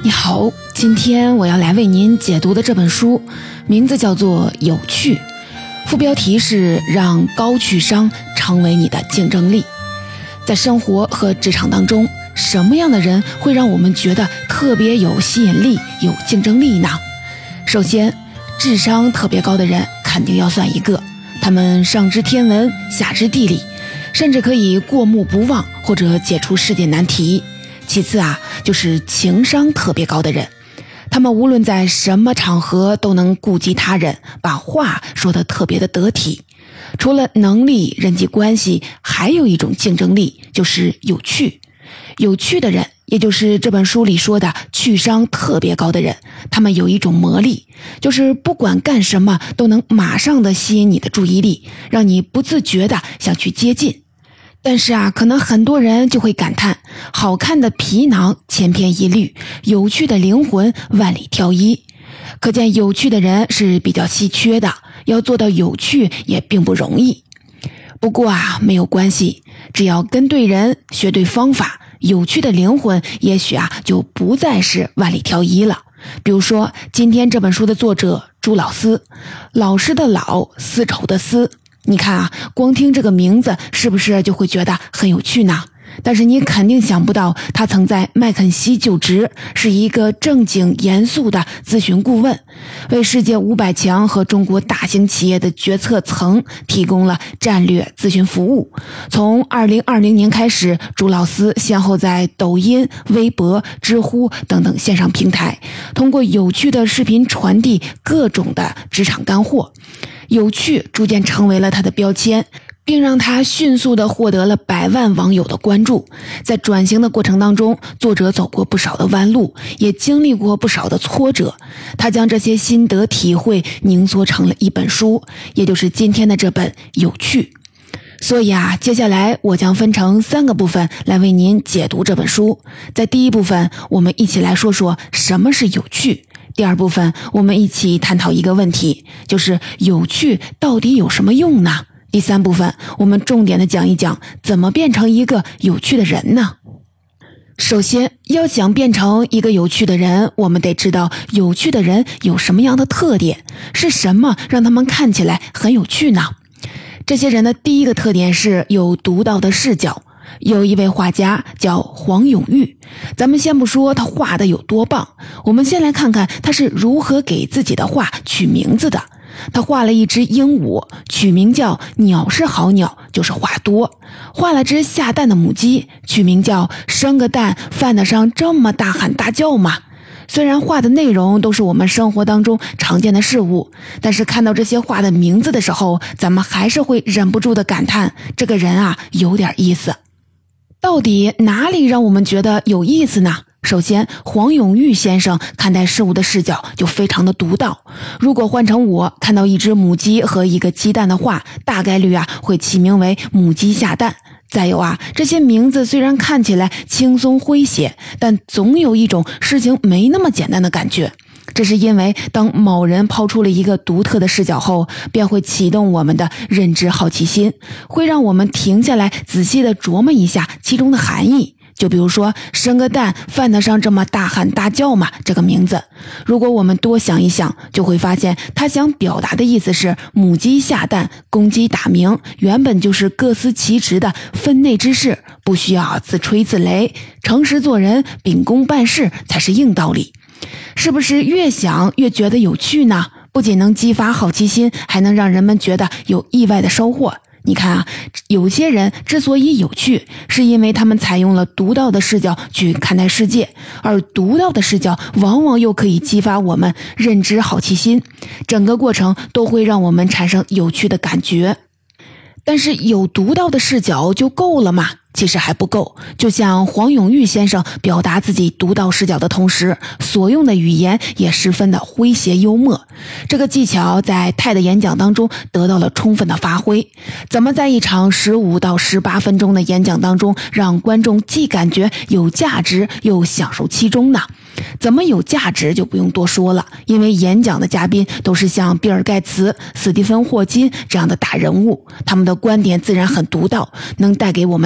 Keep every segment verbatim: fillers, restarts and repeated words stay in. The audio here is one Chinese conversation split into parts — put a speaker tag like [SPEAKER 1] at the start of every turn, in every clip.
[SPEAKER 1] 你好，今天我要来为您解读的这本书名字叫做《有趣》，副标题是让高趣商成为你的竞争力。在生活和职场当中，什么样的人会让我们觉得特别有吸引力、有竞争力呢？首先，智商特别高的人肯定要算一个，他们上知天文，下知地理，甚至可以过目不忘或者解出世界难题。其次啊，就是情商特别高的人，他们无论在什么场合都能顾及他人，把话说得特别的得体。除了能力、人际关系，还有一种竞争力，就是有趣。有趣的人，也就是这本书里说的趣商特别高的人，他们有一种魔力，就是不管干什么都能马上的吸引你的注意力，让你不自觉的想去接近。但是啊，可能很多人就会感叹，好看的皮囊千篇一律，有趣的灵魂万里挑一。可见有趣的人是比较稀缺的，要做到有趣也并不容易。不过啊，没有关系，只要跟对人，学对方法，有趣的灵魂也许啊就不再是万里挑一了。比如说今天这本书的作者朱老师，老师的老，丝绸的丝，你看啊，光听这个名字是不是就会觉得很有趣呢？但是你肯定想不到，他曾在麦肯锡就职，是一个正经严肃的咨询顾问，为世界五百强和中国大型企业的决策层提供了战略咨询服务。从二零二零年开始，朱老师先后在抖音、微博、知乎等等线上平台，通过有趣的视频传递各种的职场干货。有趣逐渐成为了他的标签，并让他迅速地获得了百万网友的关注。在转型的过程当中，作者走过不少的弯路，也经历过不少的挫折。他将这些心得体会凝缩成了一本书，也就是今天的这本《有趣》。所以啊，接下来我将分成三个部分来为您解读这本书。在第一部分，我们一起来说说什么是有趣。第二部分，我们一起探讨一个问题，就是有趣到底有什么用呢？第三部分，我们重点的讲一讲怎么变成一个有趣的人呢？首先，要想变成一个有趣的人，我们得知道有趣的人有什么样的特点，是什么让他们看起来很有趣呢？这些人的第一个特点是有独到的视角。有一位画家叫黄永玉，咱们先不说他画的有多棒，我们先来看看他是如何给自己的画取名字的。他画了一只鹦鹉，取名叫鸟是好鸟，就是话多；画了只下蛋的母鸡，取名叫生个蛋犯得上这么大喊大叫吗？虽然画的内容都是我们生活当中常见的事物，但是看到这些画的名字的时候，咱们还是会忍不住的感叹，这个人啊有点意思。到底哪里让我们觉得有意思呢？首先，黄永玉先生看待事物的视角就非常的独到。如果换成我看到一只母鸡和一个鸡蛋的话，大概率啊会起名为母鸡下蛋。再有啊，这些名字虽然看起来轻松诙谐，但总有一种事情没那么简单的感觉。这是因为当某人抛出了一个独特的视角后，便会启动我们的认知好奇心，会让我们停下来仔细地琢磨一下其中的含义。就比如说生个蛋犯得上这么大喊大叫吗？这个名字，如果我们多想一想，就会发现他想表达的意思是母鸡下蛋，公鸡打鸣，原本就是各司其职的分内之事，不需要自吹自擂，诚实做人，秉公办事才是硬道理。是不是越想越觉得有趣呢？不仅能激发好奇心，还能让人们觉得有意外的收获。你看啊，有些人之所以有趣，是因为他们采用了独到的视角去看待世界，而独到的视角往往又可以激发我们认知好奇心，整个过程都会让我们产生有趣的感觉。但是有独到的视角就够了吗？其实还不够。就像黄永玉先生表达自己独到视角的同时，所用的语言也十分的诙谐幽默。这个技巧在泰的演讲当中得到了充分的发挥。怎么在一场十五到十八分钟的演讲当中，让观众既感觉有价值又享受其中呢？怎么有价值就不用多说了，因为演讲的嘉宾都是像比尔盖茨、斯蒂芬霍金这样的大人物，他们的观点自然很独到，能带给我们启发。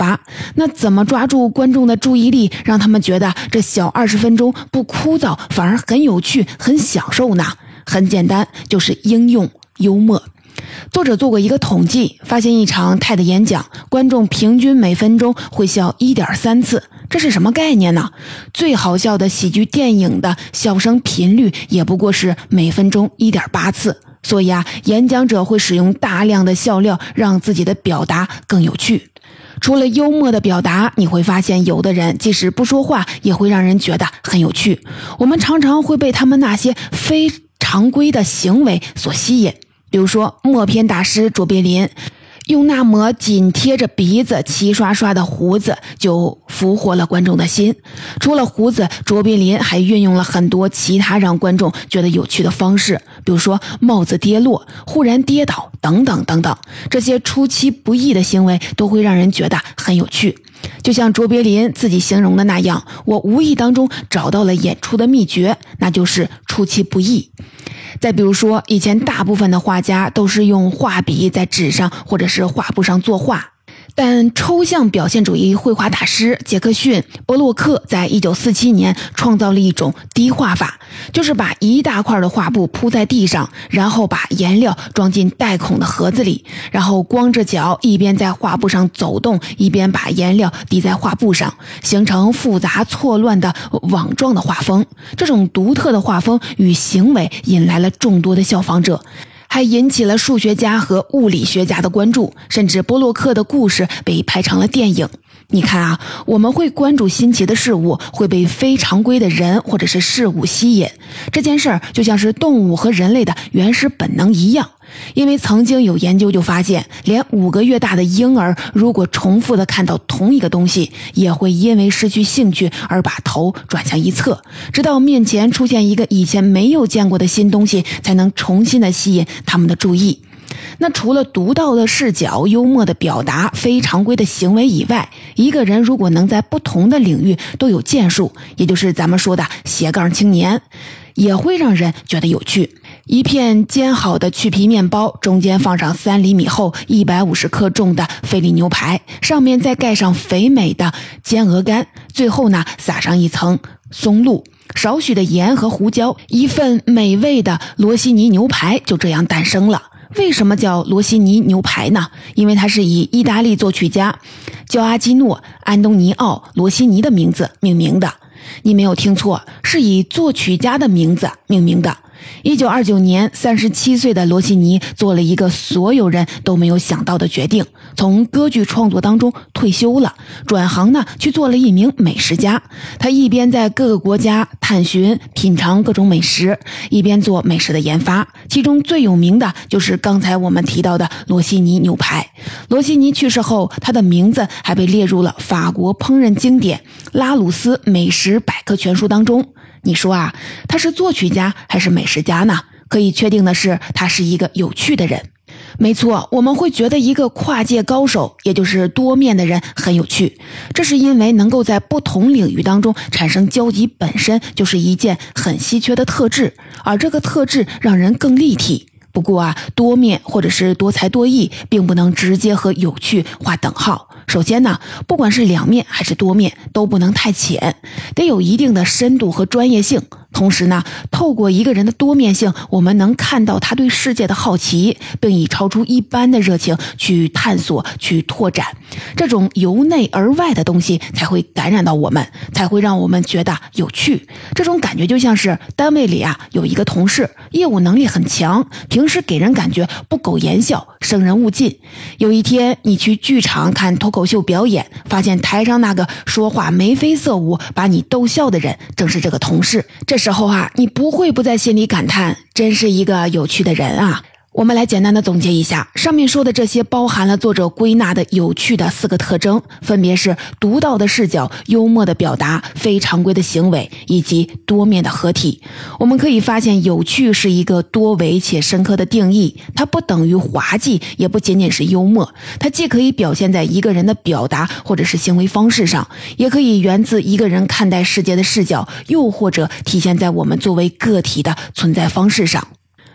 [SPEAKER 1] 发。那怎么抓住观众的注意力，让他们觉得这小二十分钟不枯燥，反而很有趣，很享受呢？很简单，就是应用幽默。作者做过一个统计，发现一场TED演讲，观众平均每分钟会笑 一点三 次。这是什么概念呢？最好笑的喜剧电影的笑声频率也不过是每分钟 一点八 次。所以啊，演讲者会使用大量的笑料，让自己的表达更有趣。除了幽默的表达，你会发现有的人即使不说话，也会让人觉得很有趣。我们常常会被他们那些非常规的行为所吸引。比如说默片大师卓别林，用那抹紧贴着鼻子齐刷刷的胡子就俘获了观众的心。除了胡子，卓别林还运用了很多其他让观众觉得有趣的方式，比如说帽子跌落、忽然跌倒等等等等。这些出其不意的行为都会让人觉得很有趣。就像卓别林自己形容的那样，我无意当中找到了演出的秘诀，那就是出其不意。再比如说，以前大部分的画家都是用画笔在纸上或者是画布上作画，但抽象表现主义绘画大师杰克逊·波洛克在一九四七年创造了一种滴画法，就是把一大块的画布铺在地上，然后把颜料装进带孔的盒子里，然后光着脚一边在画布上走动，一边把颜料滴在画布上，形成复杂错乱的网状的画风。这种独特的画风与行为引来了众多的效仿者，还引起了数学家和物理学家的关注，甚至波洛克的故事被拍成了电影。你看啊，我们会关注新奇的事物，会被非常规的人或者是事物吸引。这件事儿就像是动物和人类的原始本能一样。因为曾经有研究就发现，连五个月大的婴儿如果重复的看到同一个东西，也会因为失去兴趣而把头转向一侧，直到面前出现一个以前没有见过的新东西，才能重新的吸引他们的注意。那除了独到的视角、幽默的表达、非常规的行为以外，一个人如果能在不同的领域都有建树，也就是咱们说的斜杠青年，也会让人觉得有趣。一片煎好的去皮面包，中间放上三厘米厚、一百五十克重的菲力牛排，上面再盖上肥美的煎鹅肝，最后呢撒上一层松露，少许的盐和胡椒，一份美味的罗西尼牛排就这样诞生了。为什么叫罗西尼牛排呢？因为它是以意大利作曲家焦阿基诺·安东尼奥·罗西尼的名字命名的。你没有听错，是以作曲家的名字命名的。一九二九年，三十七岁的罗西尼做了一个所有人都没有想到的决定，从歌剧创作当中退休了，转行呢去做了一名美食家。他一边在各个国家探寻品尝各种美食，一边做美食的研发，其中最有名的就是刚才我们提到的罗西尼牛排。罗西尼去世后，他的名字还被列入了法国烹饪经典拉鲁斯美食百科全书当中。你说啊，他是作曲家还是美食家呢？可以确定的是，他是一个有趣的人。没错，我们会觉得一个跨界高手，也就是多面的人很有趣，这是因为能够在不同领域当中产生交集，本身就是一件很稀缺的特质，而这个特质让人更立体。不过啊，多面或者是多才多艺，并不能直接和有趣划等号。首先呢，不管是两面还是多面，都不能太浅，得有一定的深度和专业性。同时呢，透过一个人的多面性，我们能看到他对世界的好奇，并以超出一般的热情去探索、去拓展。这种由内而外的东西才会感染到我们，才会让我们觉得有趣。这种感觉就像是单位里啊有一个同事，业务能力很强，平时给人感觉不苟言笑、生人勿近。有一天你去剧场看脱口秀表演，发现台上那个说话眉飞色舞、把你逗笑的人，正是这个同事。这时候啊，你不会不在心里感叹，真是一个有趣的人啊。我们来简单的总结一下，上面说的这些包含了作者归纳的有趣的四个特征，分别是独到的视角、幽默的表达、非常规的行为以及多面的合体。我们可以发现，有趣是一个多维且深刻的定义，它不等于滑稽，也不仅仅是幽默，它既可以表现在一个人的表达或者是行为方式上，也可以源自一个人看待世界的视角，又或者体现在我们作为个体的存在方式上。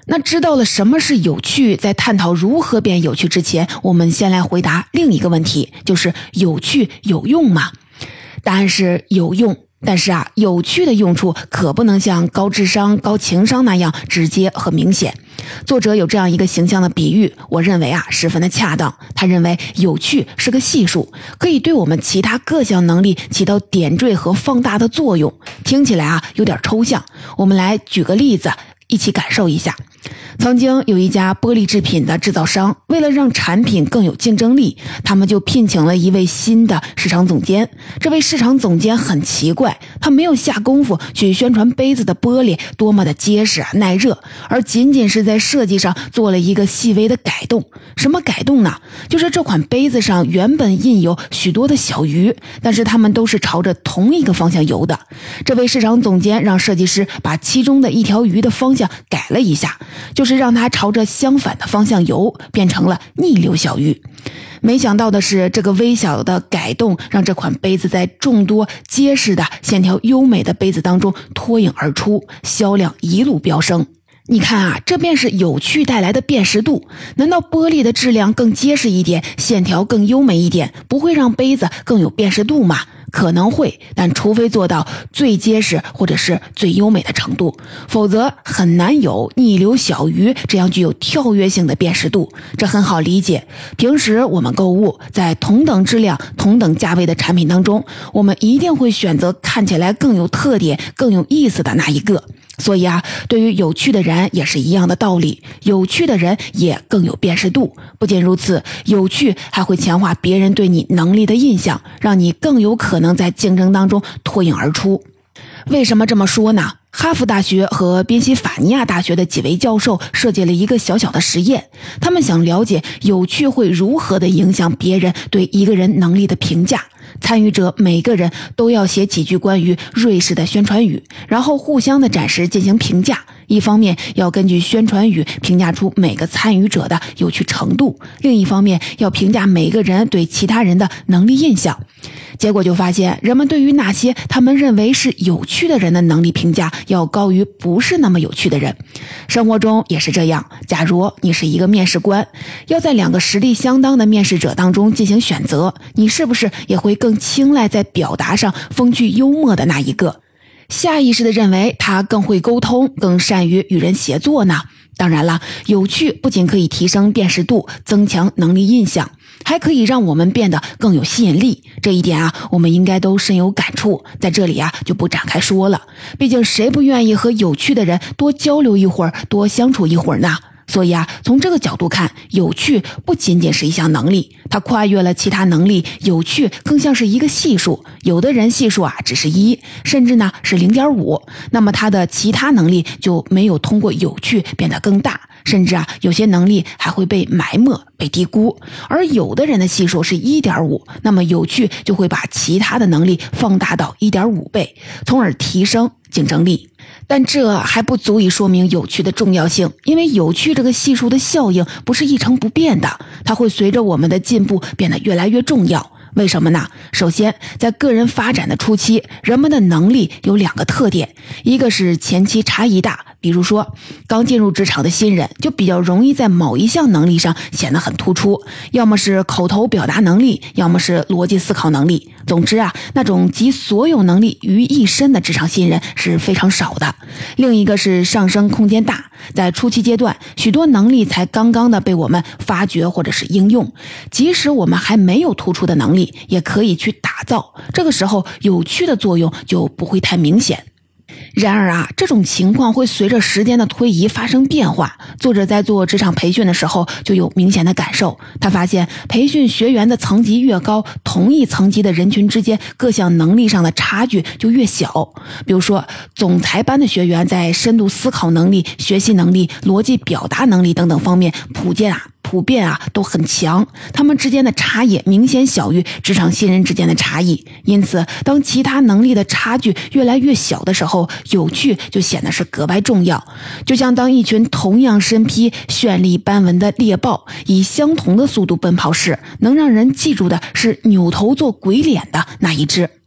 [SPEAKER 1] 那知道了什么是有趣，在探讨如何变有趣之前，我们先来回答另一个问题，就是有趣有用吗？答案是有用。但是啊，有趣的用处可不能像高智商、高情商那样直接和明显。作者有这样一个形象的比喻，我认为啊十分的恰当。他认为有趣是个系数，可以对我们其他各项能力起到点缀和放大的作用。听起来啊有点抽象，我们来举个例子，一起感受一下。曾经有一家玻璃制品的制造商，为了让产品更有竞争力，他们就聘请了一位新的市场总监。这位市场总监很奇怪，他没有下功夫去宣传杯子的玻璃多么的结实啊耐热，而仅仅是在设计上做了一个细微的改动。什么改动呢？就是这款杯子上原本印有许多的小鱼，但是它们都是朝着同一个方向游的。这位市场总监让设计师把其中的一条鱼的方向改了一下，就是让它朝着相反的方向游，变成了逆流小鱼。没想到的是，这个微小的改动让这款杯子在众多结实的线条优美的杯子当中脱颖而出，销量一路飙升。你看啊，这便是有趣带来的辨识度。难道玻璃的质量更结实一点，线条更优美一点，不会让杯子更有辨识度吗？可能会，但除非做到最结实或者是最优美的程度，否则很难有逆流小鱼这样具有跳跃性的辨识度。这很好理解，平时我们购物，在同等质量同等价位的产品当中，我们一定会选择看起来更有特点更有意思的那一个。所以啊，对于有趣的人也是一样的道理，有趣的人也更有辨识度。不仅如此，有趣还会强化别人对你能力的印象，让你更有可能在竞争当中脱颖而出。为什么这么说呢？哈佛大学和宾夕法尼亚大学的几位教授设计了一个小小的实验，他们想了解有趣会如何的影响别人对一个人能力的评价。参与者每个人都要写几句关于瑞士的宣传语，然后互相的展示进行评价。一方面要根据宣传语评价出每个参与者的有趣程度，另一方面要评价每个人对其他人的能力印象。结果就发现，人们对于那些他们认为是有趣的人的能力评价要高于不是那么有趣的人。生活中也是这样，假如你是一个面试官，要在两个实力相当的面试者当中进行选择，你是不是也会更青睐在表达上风趣幽默的那一个？下意识地认为他更会沟通，更善于与人协作呢？当然了，有趣不仅可以提升辨识度，增强能力印象，还可以让我们变得更有吸引力。这一点啊，我们应该都深有感触，在这里啊就不展开说了。毕竟谁不愿意和有趣的人多交流一会儿，多相处一会儿呢？所以啊，从这个角度看，有趣不仅仅是一项能力，它跨越了其他能力，有趣更像是一个系数。有的人系数啊只是一，甚至呢是 零点五， 那么他的其他能力就没有通过有趣变得更大，甚至啊有些能力还会被埋没、被低估。而有的人的系数是 一点五， 那么有趣就会把其他的能力放大到 一点五倍，从而提升竞争力。但这还不足以说明有趣的重要性，因为有趣这个系数的效应不是一成不变的，它会随着我们的进步变得越来越重要。为什么呢？首先，在个人发展的初期，人们的能力有两个特点，一个是前期差异大，比如说刚进入职场的新人就比较容易在某一项能力上显得很突出，要么是口头表达能力，要么是逻辑思考能力。总之啊，那种集所有能力于一身的职场新人是非常少的。另一个是上升空间大，在初期阶段，许多能力才刚刚的被我们发掘或者是应用，即使我们还没有突出的能力，也可以去打造，这个时候有趣的作用就不会太明显。然而啊，这种情况会随着时间的推移发生变化。作者在做职场培训的时候就有明显的感受，他发现培训学员的层级越高，同一层级的人群之间各项能力上的差距就越小。比如说，总裁班的学员在深度思考能力、学习能力、逻辑表达能力等等方面普遍啊普遍啊都很强，他们之间的差异明显小于职场新人之间的差异。因此，当其他能力的差距越来越小的时候，有趣就显得是格外重要。就像当一群同样身披绚丽斑纹的猎豹以相同的速度奔跑时，能让人记住的是扭头做鬼脸的那一只。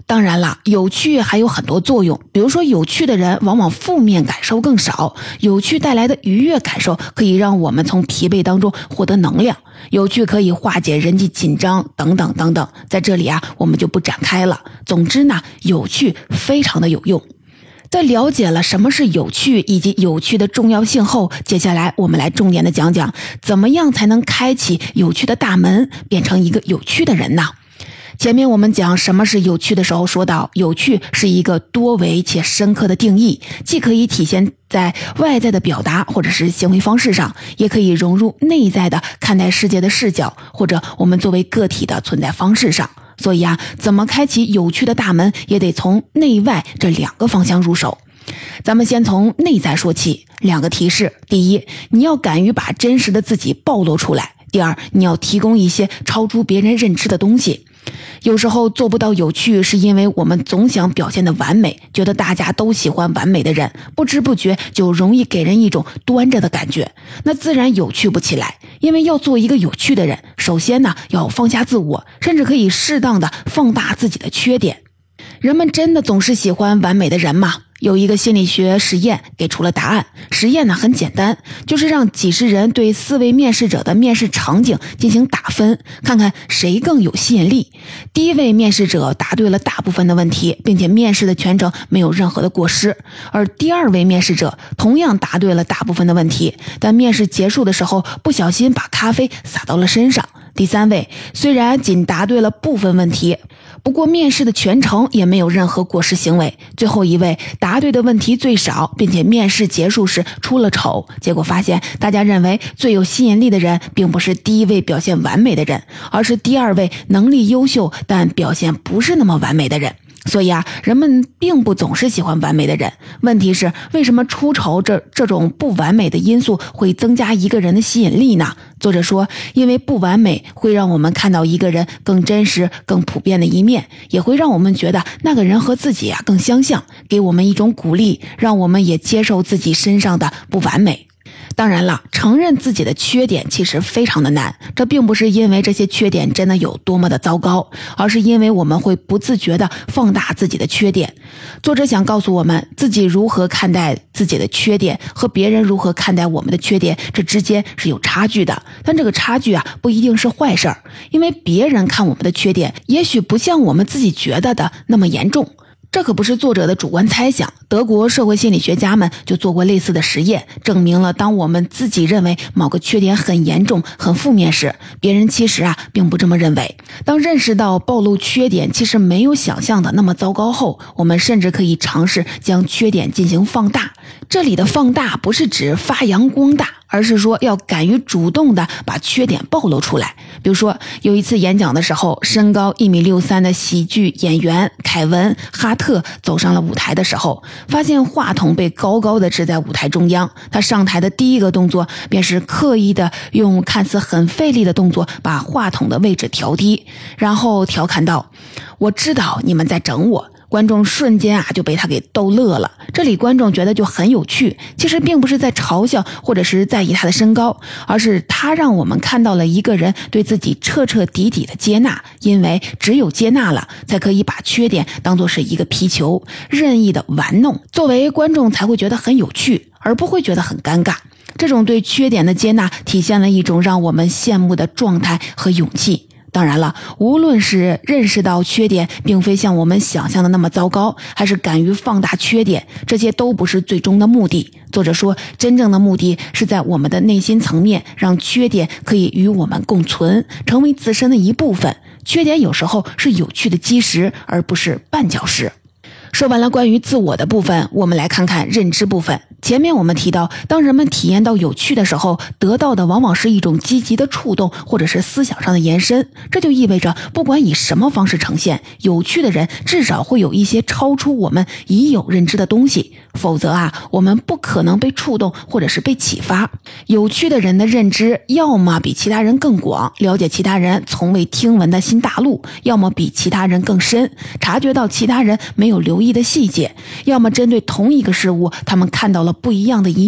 [SPEAKER 1] 当然了，有趣还有很多作用，比如说有趣的人往往负面感受更少，有趣带来的愉悦感受可以让我们从疲惫当中获得能量，有趣可以化解人际紧张等等等等，在这里啊我们就不展开了。总之呢，有趣非常的有用。在了解了什么是有趣以及有趣的重要性后，接下来我们来重点的讲讲怎么样才能开启有趣的大门，变成一个有趣的人呢？前面我们讲什么是有趣的时候说到，有趣是一个多维且深刻的定义，既可以体现在外在的表达或者是行为方式上，也可以融入内在的看待世界的视角，或者我们作为个体的存在方式上。所以啊，怎么开启有趣的大门，也得从内外这两个方向入手。咱们先从内在说起，两个提示：第一，你要敢于把真实的自己暴露出来；第二，你要提供一些超出别人认知的东西。有时候做不到有趣，是因为我们总想表现得完美，觉得大家都喜欢完美的人，不知不觉就容易给人一种端着的感觉，那自然有趣不起来。因为要做一个有趣的人，首先呢，要放下自我，甚至可以适当的放大自己的缺点。人们真的总是喜欢完美的人吗？有一个心理学实验给出了答案。实验呢很简单，就是让几十人对四位面试者的面试场景进行打分，看看谁更有吸引力。第一位面试者答对了大部分的问题，并且面试的全程没有任何的过失。而第二位面试者同样答对了大部分的问题，但面试结束的时候不小心把咖啡洒到了身上。第三位虽然仅答对了部分问题，不过面试的全程也没有任何过失行为。最后一位答对的问题最少，并且面试结束时出了丑，结果发现大家认为最有吸引力的人并不是第一位表现完美的人，而是第二位能力优秀但表现不是那么完美的人。所以啊，人们并不总是喜欢完美的人。问题是，为什么出丑这这种不完美的因素会增加一个人的吸引力呢？作者说，因为不完美会让我们看到一个人更真实、更普遍的一面，也会让我们觉得那个人和自己啊更相像，给我们一种鼓励，让我们也接受自己身上的不完美。当然了，承认自己的缺点其实非常的难，这并不是因为这些缺点真的有多么的糟糕，而是因为我们会不自觉地放大自己的缺点。作者想告诉我们，自己如何看待自己的缺点和别人如何看待我们的缺点，这之间是有差距的。但这个差距啊，不一定是坏事儿，因为别人看我们的缺点，也许不像我们自己觉得的那么严重。这可不是作者的主观猜想，德国社会心理学家们就做过类似的实验，证明了当我们自己认为某个缺点很严重、很负面时，别人其实啊并不这么认为。当认识到暴露缺点其实没有想象的那么糟糕后，我们甚至可以尝试将缺点进行放大。这里的放大不是指发扬光大，而是说要敢于主动的把缺点暴露出来。比如说，有一次演讲的时候，身高一米六三的喜剧演员凯文·哈特走上了舞台的时候，发现话筒被高高的支在舞台中央。他上台的第一个动作便是刻意的用看似很费力的动作把话筒的位置调低，然后调侃道：“我知道你们在整我。”观众瞬间啊就被他给逗乐了。这里观众觉得就很有趣，其实并不是在嘲笑或者是在意他的身高，而是他让我们看到了一个人对自己彻彻底底的接纳，因为只有接纳了，才可以把缺点当作是一个皮球，任意的玩弄，作为观众才会觉得很有趣，而不会觉得很尴尬。这种对缺点的接纳体现了一种让我们羡慕的状态和勇气。当然了，无论是认识到缺点并非像我们想象的那么糟糕，还是敢于放大缺点，这些都不是最终的目的。作者说，真正的目的是在我们的内心层面，让缺点可以与我们共存，成为自身的一部分。缺点有时候是有趣的基石，而不是绊脚石。说完了关于自我的部分，我们来看看认知部分。前面我们提到，当人们体验到有趣的时候，得到的往往是一种积极的触动，或者是思想上的延伸。这就意味着，不管以什么方式呈现，有趣的人至少会有一些超出我们已有认知的东西，否则啊，我们不可能被触动或者是被启发。有趣的人的认知，要么比其他人更广，了解其他人从未听闻的新大陆，要么比其他人更深，察觉到其他人没有留意的细节，要么针对同一个事物，他们看到了不一样的一面。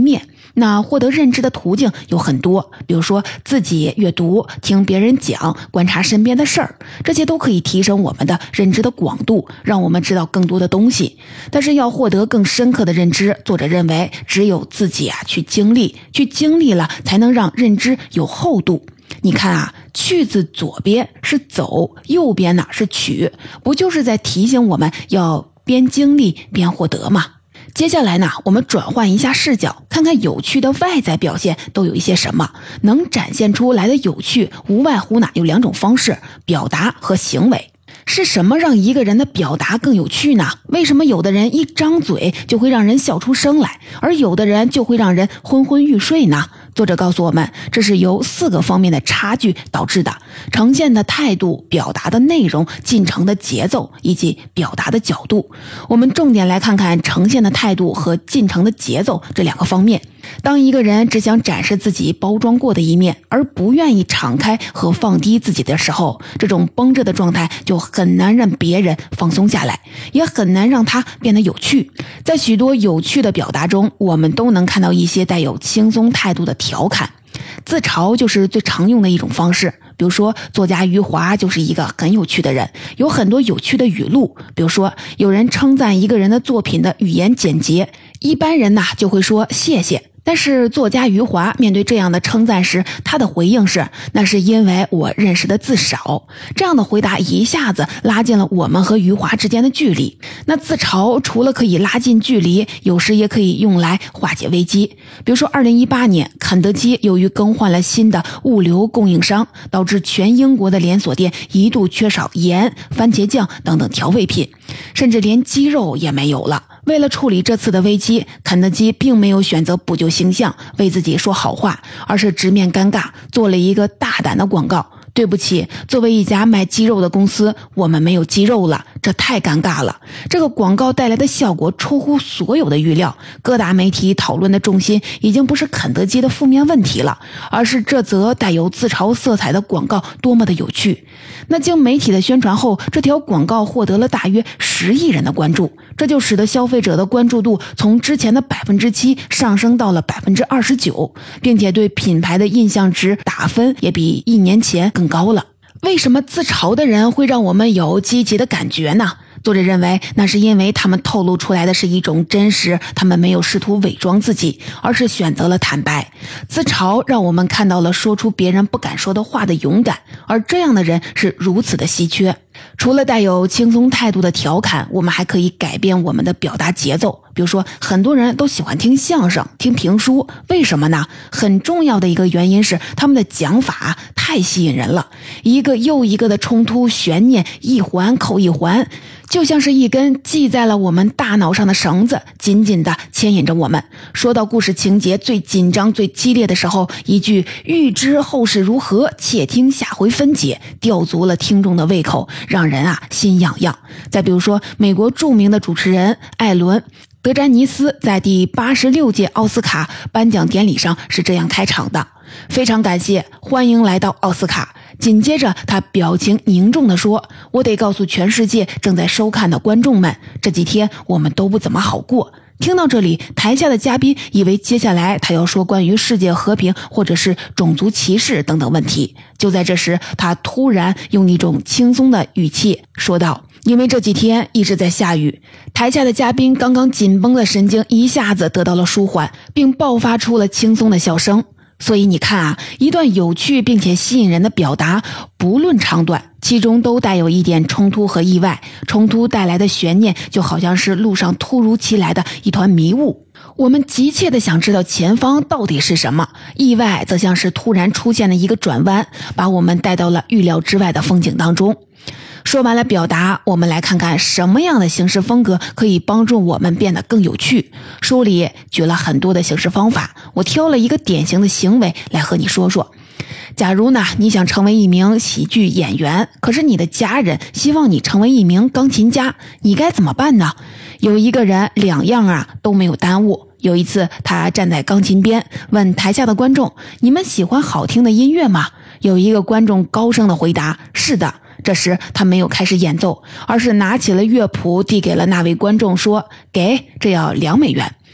[SPEAKER 1] 那获得认知的途径有很多，比如说自己阅读、听别人讲、观察身边的事儿，这些都可以提升我们的认知的广度，让我们知道更多的东西。但是要获得更深刻的认知，作者认为只有自己啊去经历，去经历了才能让认知有厚度。你看啊，去字左边是走，右边呢是取，不就是在提醒我们要边经历边获得吗？接下来呢，我们转换一下视角，看看有趣的外在表现都有一些什么。能展现出来的有趣，无外乎呢有两种方式：表达和行为。是什么让一个人的表达更有趣呢？为什么有的人一张嘴就会让人笑出声来，而有的人就会让人昏昏欲睡呢？作者告诉我们，这是由四个方面的差距导致的：呈现的态度、表达的内容、进程的节奏以及表达的角度。我们重点来看看呈现的态度和进程的节奏这两个方面。当一个人只想展示自己包装过的一面，而不愿意敞开和放低自己的时候，这种绷着的状态就很难让别人放松下来，也很难让他变得有趣。在许多有趣的表达中，我们都能看到一些带有轻松态度的调侃。自嘲就是最常用的一种方式，比如说作家余华就是一个很有趣的人，有很多有趣的语录。比如说有人称赞一个人的作品的语言简洁，一般人呐就会说谢谢，但是作家余华面对这样的称赞时，他的回应是，那是因为我认识的字少。这样的回答一下子拉近了我们和余华之间的距离。那自嘲除了可以拉近距离，有时也可以用来化解危机。比如说二零一八年，肯德基由于更换了新的物流供应商，导致全英国的连锁店一度缺少盐、番茄酱等等调味品，甚至连鸡肉也没有了。为了处理这次的危机，肯德基并没有选择补救形象，为自己说好话，而是直面尴尬，做了一个大胆的广告。对不起，作为一家卖鸡肉的公司，我们没有鸡肉了，这太尴尬了。这个广告带来的效果出乎所有的预料，各大媒体讨论的重心已经不是肯德基的负面问题了，而是这则带有自嘲色彩的广告多么的有趣。那经媒体的宣传后，这条广告获得了大约十亿人的关注，这就使得消费者的关注度从之前的 百分之七 上升到了 百分之二十九， 并且对品牌的印象值打分也比一年前更高了。为什么自嘲的人会让我们有积极的感觉呢？作者认为，那是因为他们透露出来的是一种真实，他们没有试图伪装自己，而是选择了坦白。自嘲让我们看到了说出别人不敢说的话的勇敢，而这样的人是如此的稀缺。除了带有轻松态度的调侃，我们还可以改变我们的表达节奏。比如说，很多人都喜欢听相声、听评书，为什么呢？很重要的一个原因是他们的讲法太吸引人了，一个又一个的冲突悬念，一环扣一环，就像是一根系在了我们大脑上的绳子，紧紧地牵引着我们。说到故事情节最紧张最激烈的时候，一句欲知后事如何，且听下回分解，吊足了听众的胃口，让人啊心痒痒。再比如说，美国著名的主持人艾伦德詹尼斯在第八十六届奥斯卡颁奖典礼上是这样开场的：非常感谢，欢迎来到奥斯卡。紧接着他表情凝重地说，我得告诉全世界正在收看的观众们，这几天我们都不怎么好过。听到这里，台下的嘉宾以为接下来他要说关于世界和平或者是种族歧视等等问题。就在这时，他突然用一种轻松的语气说道，因为这几天一直在下雨。台下的嘉宾刚刚紧绷的神经一下子得到了舒缓，并爆发出了轻松的笑声。所以你看啊，一段有趣并且吸引人的表达，不论长短，其中都带有一点冲突和意外。冲突带来的悬念就好像是路上突如其来的一团迷雾，我们急切地想知道前方到底是什么。意外则像是突然出现的一个转弯，把我们带到了预料之外的风景当中。说完了表达，我们来看看什么样的形式风格可以帮助我们变得更有趣。书里举了很多的形式方法，我挑了一个典型的行为来和你说说。假如呢，你想成为一名喜剧演员，可是你的家人希望你成为一名钢琴家，你该怎么办呢？有一个人两样啊都没有耽误。有一次，他站在钢琴边，问台下的观众：“你们喜欢好听的音乐吗？”有一个观众高声的回答：“是的。”这时他没有开始演奏，而是拿起了乐谱递给了那位观众，说：“给，这要两美元。”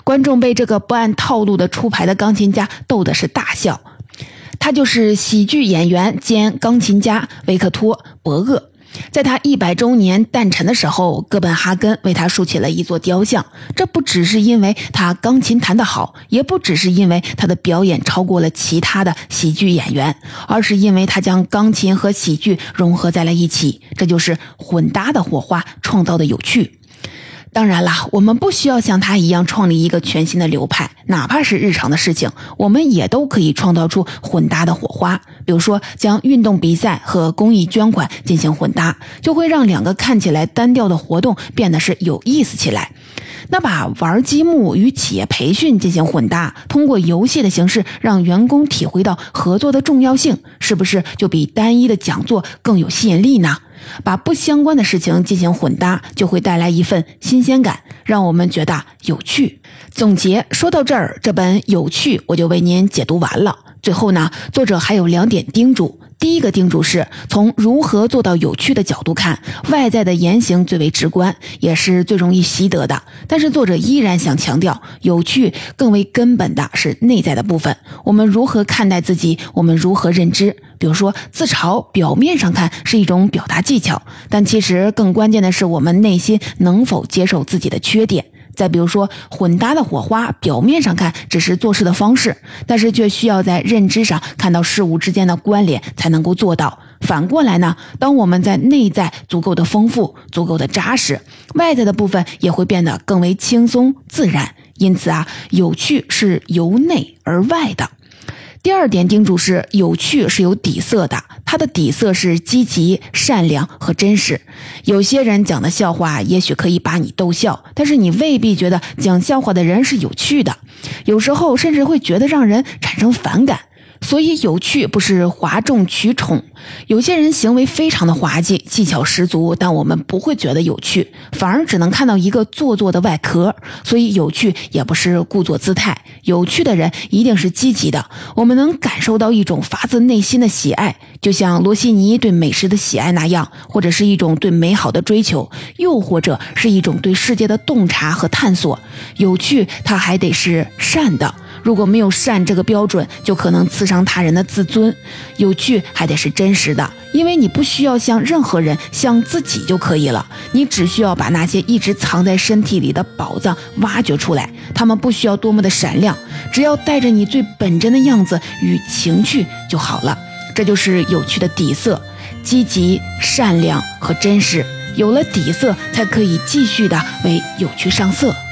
[SPEAKER 1] 观众被这个不按套路的出牌的钢琴家逗的是大笑。他就是喜剧演员兼钢琴家维克托·伯厄。在他一百周年诞辰的时候，哥本哈根为他竖起了一座雕像。这不只是因为他钢琴弹得好，也不只是因为他的表演超过了其他的喜剧演员，而是因为他将钢琴和喜剧融合在了一起，这就是混搭的火花创造的有趣。当然啦，我们不需要像他一样创立一个全新的流派，哪怕是日常的事情，我们也都可以创造出混搭的火花。比如说，将运动比赛和公益捐款进行混搭，就会让两个看起来单调的活动变得是有意思起来。那把玩积木与企业培训进行混搭，通过游戏的形式让员工体会到合作的重要性，是不是就比单一的讲座更有吸引力呢？把不相关的事情进行混搭，就会带来一份新鲜感，让我们觉得有趣。总结说到这儿，这本有趣我就为您解读完了。最后呢，作者还有两点叮嘱。第一个叮嘱是，从如何做到有趣的角度看，外在的言行最为直观，也是最容易习得的。但是作者依然想强调，有趣更为根本的是内在的部分。我们如何看待自己，我们如何认知。比如说，自嘲表面上看是一种表达技巧，但其实更关键的是我们内心能否接受自己的缺点。再比如说，混搭的火花表面上看只是做事的方式，但是却需要在认知上看到事物之间的关联才能够做到。反过来呢，当我们在内在足够的丰富，足够的扎实，外在的部分也会变得更为轻松自然。因此啊，有趣是由内而外的。第二点叮嘱是，有趣是有底色的，它的底色是积极、善良和真实。有些人讲的笑话也许可以把你逗笑，但是你未必觉得讲笑话的人是有趣的，有时候甚至会觉得让人产生反感。所以有趣不是哗众取宠，有些人行为非常的滑稽，技巧十足，但我们不会觉得有趣，反而只能看到一个做作的外壳。所以有趣也不是故作姿态，有趣的人一定是积极的，我们能感受到一种发自内心的喜爱，就像罗西尼对美食的喜爱那样，或者是一种对美好的追求，又或者是一种对世界的洞察和探索。有趣它还得是善的，如果没有善这个标准，就可能刺伤他人的自尊。有趣还得是真实的，因为你不需要像任何人，像自己就可以了。你只需要把那些一直藏在身体里的宝藏挖掘出来，它们不需要多么的闪亮，只要带着你最本真的样子与情趣就好了。这就是有趣的底色，积极、善良和真实。有了底色，才可以继续的为有趣上色。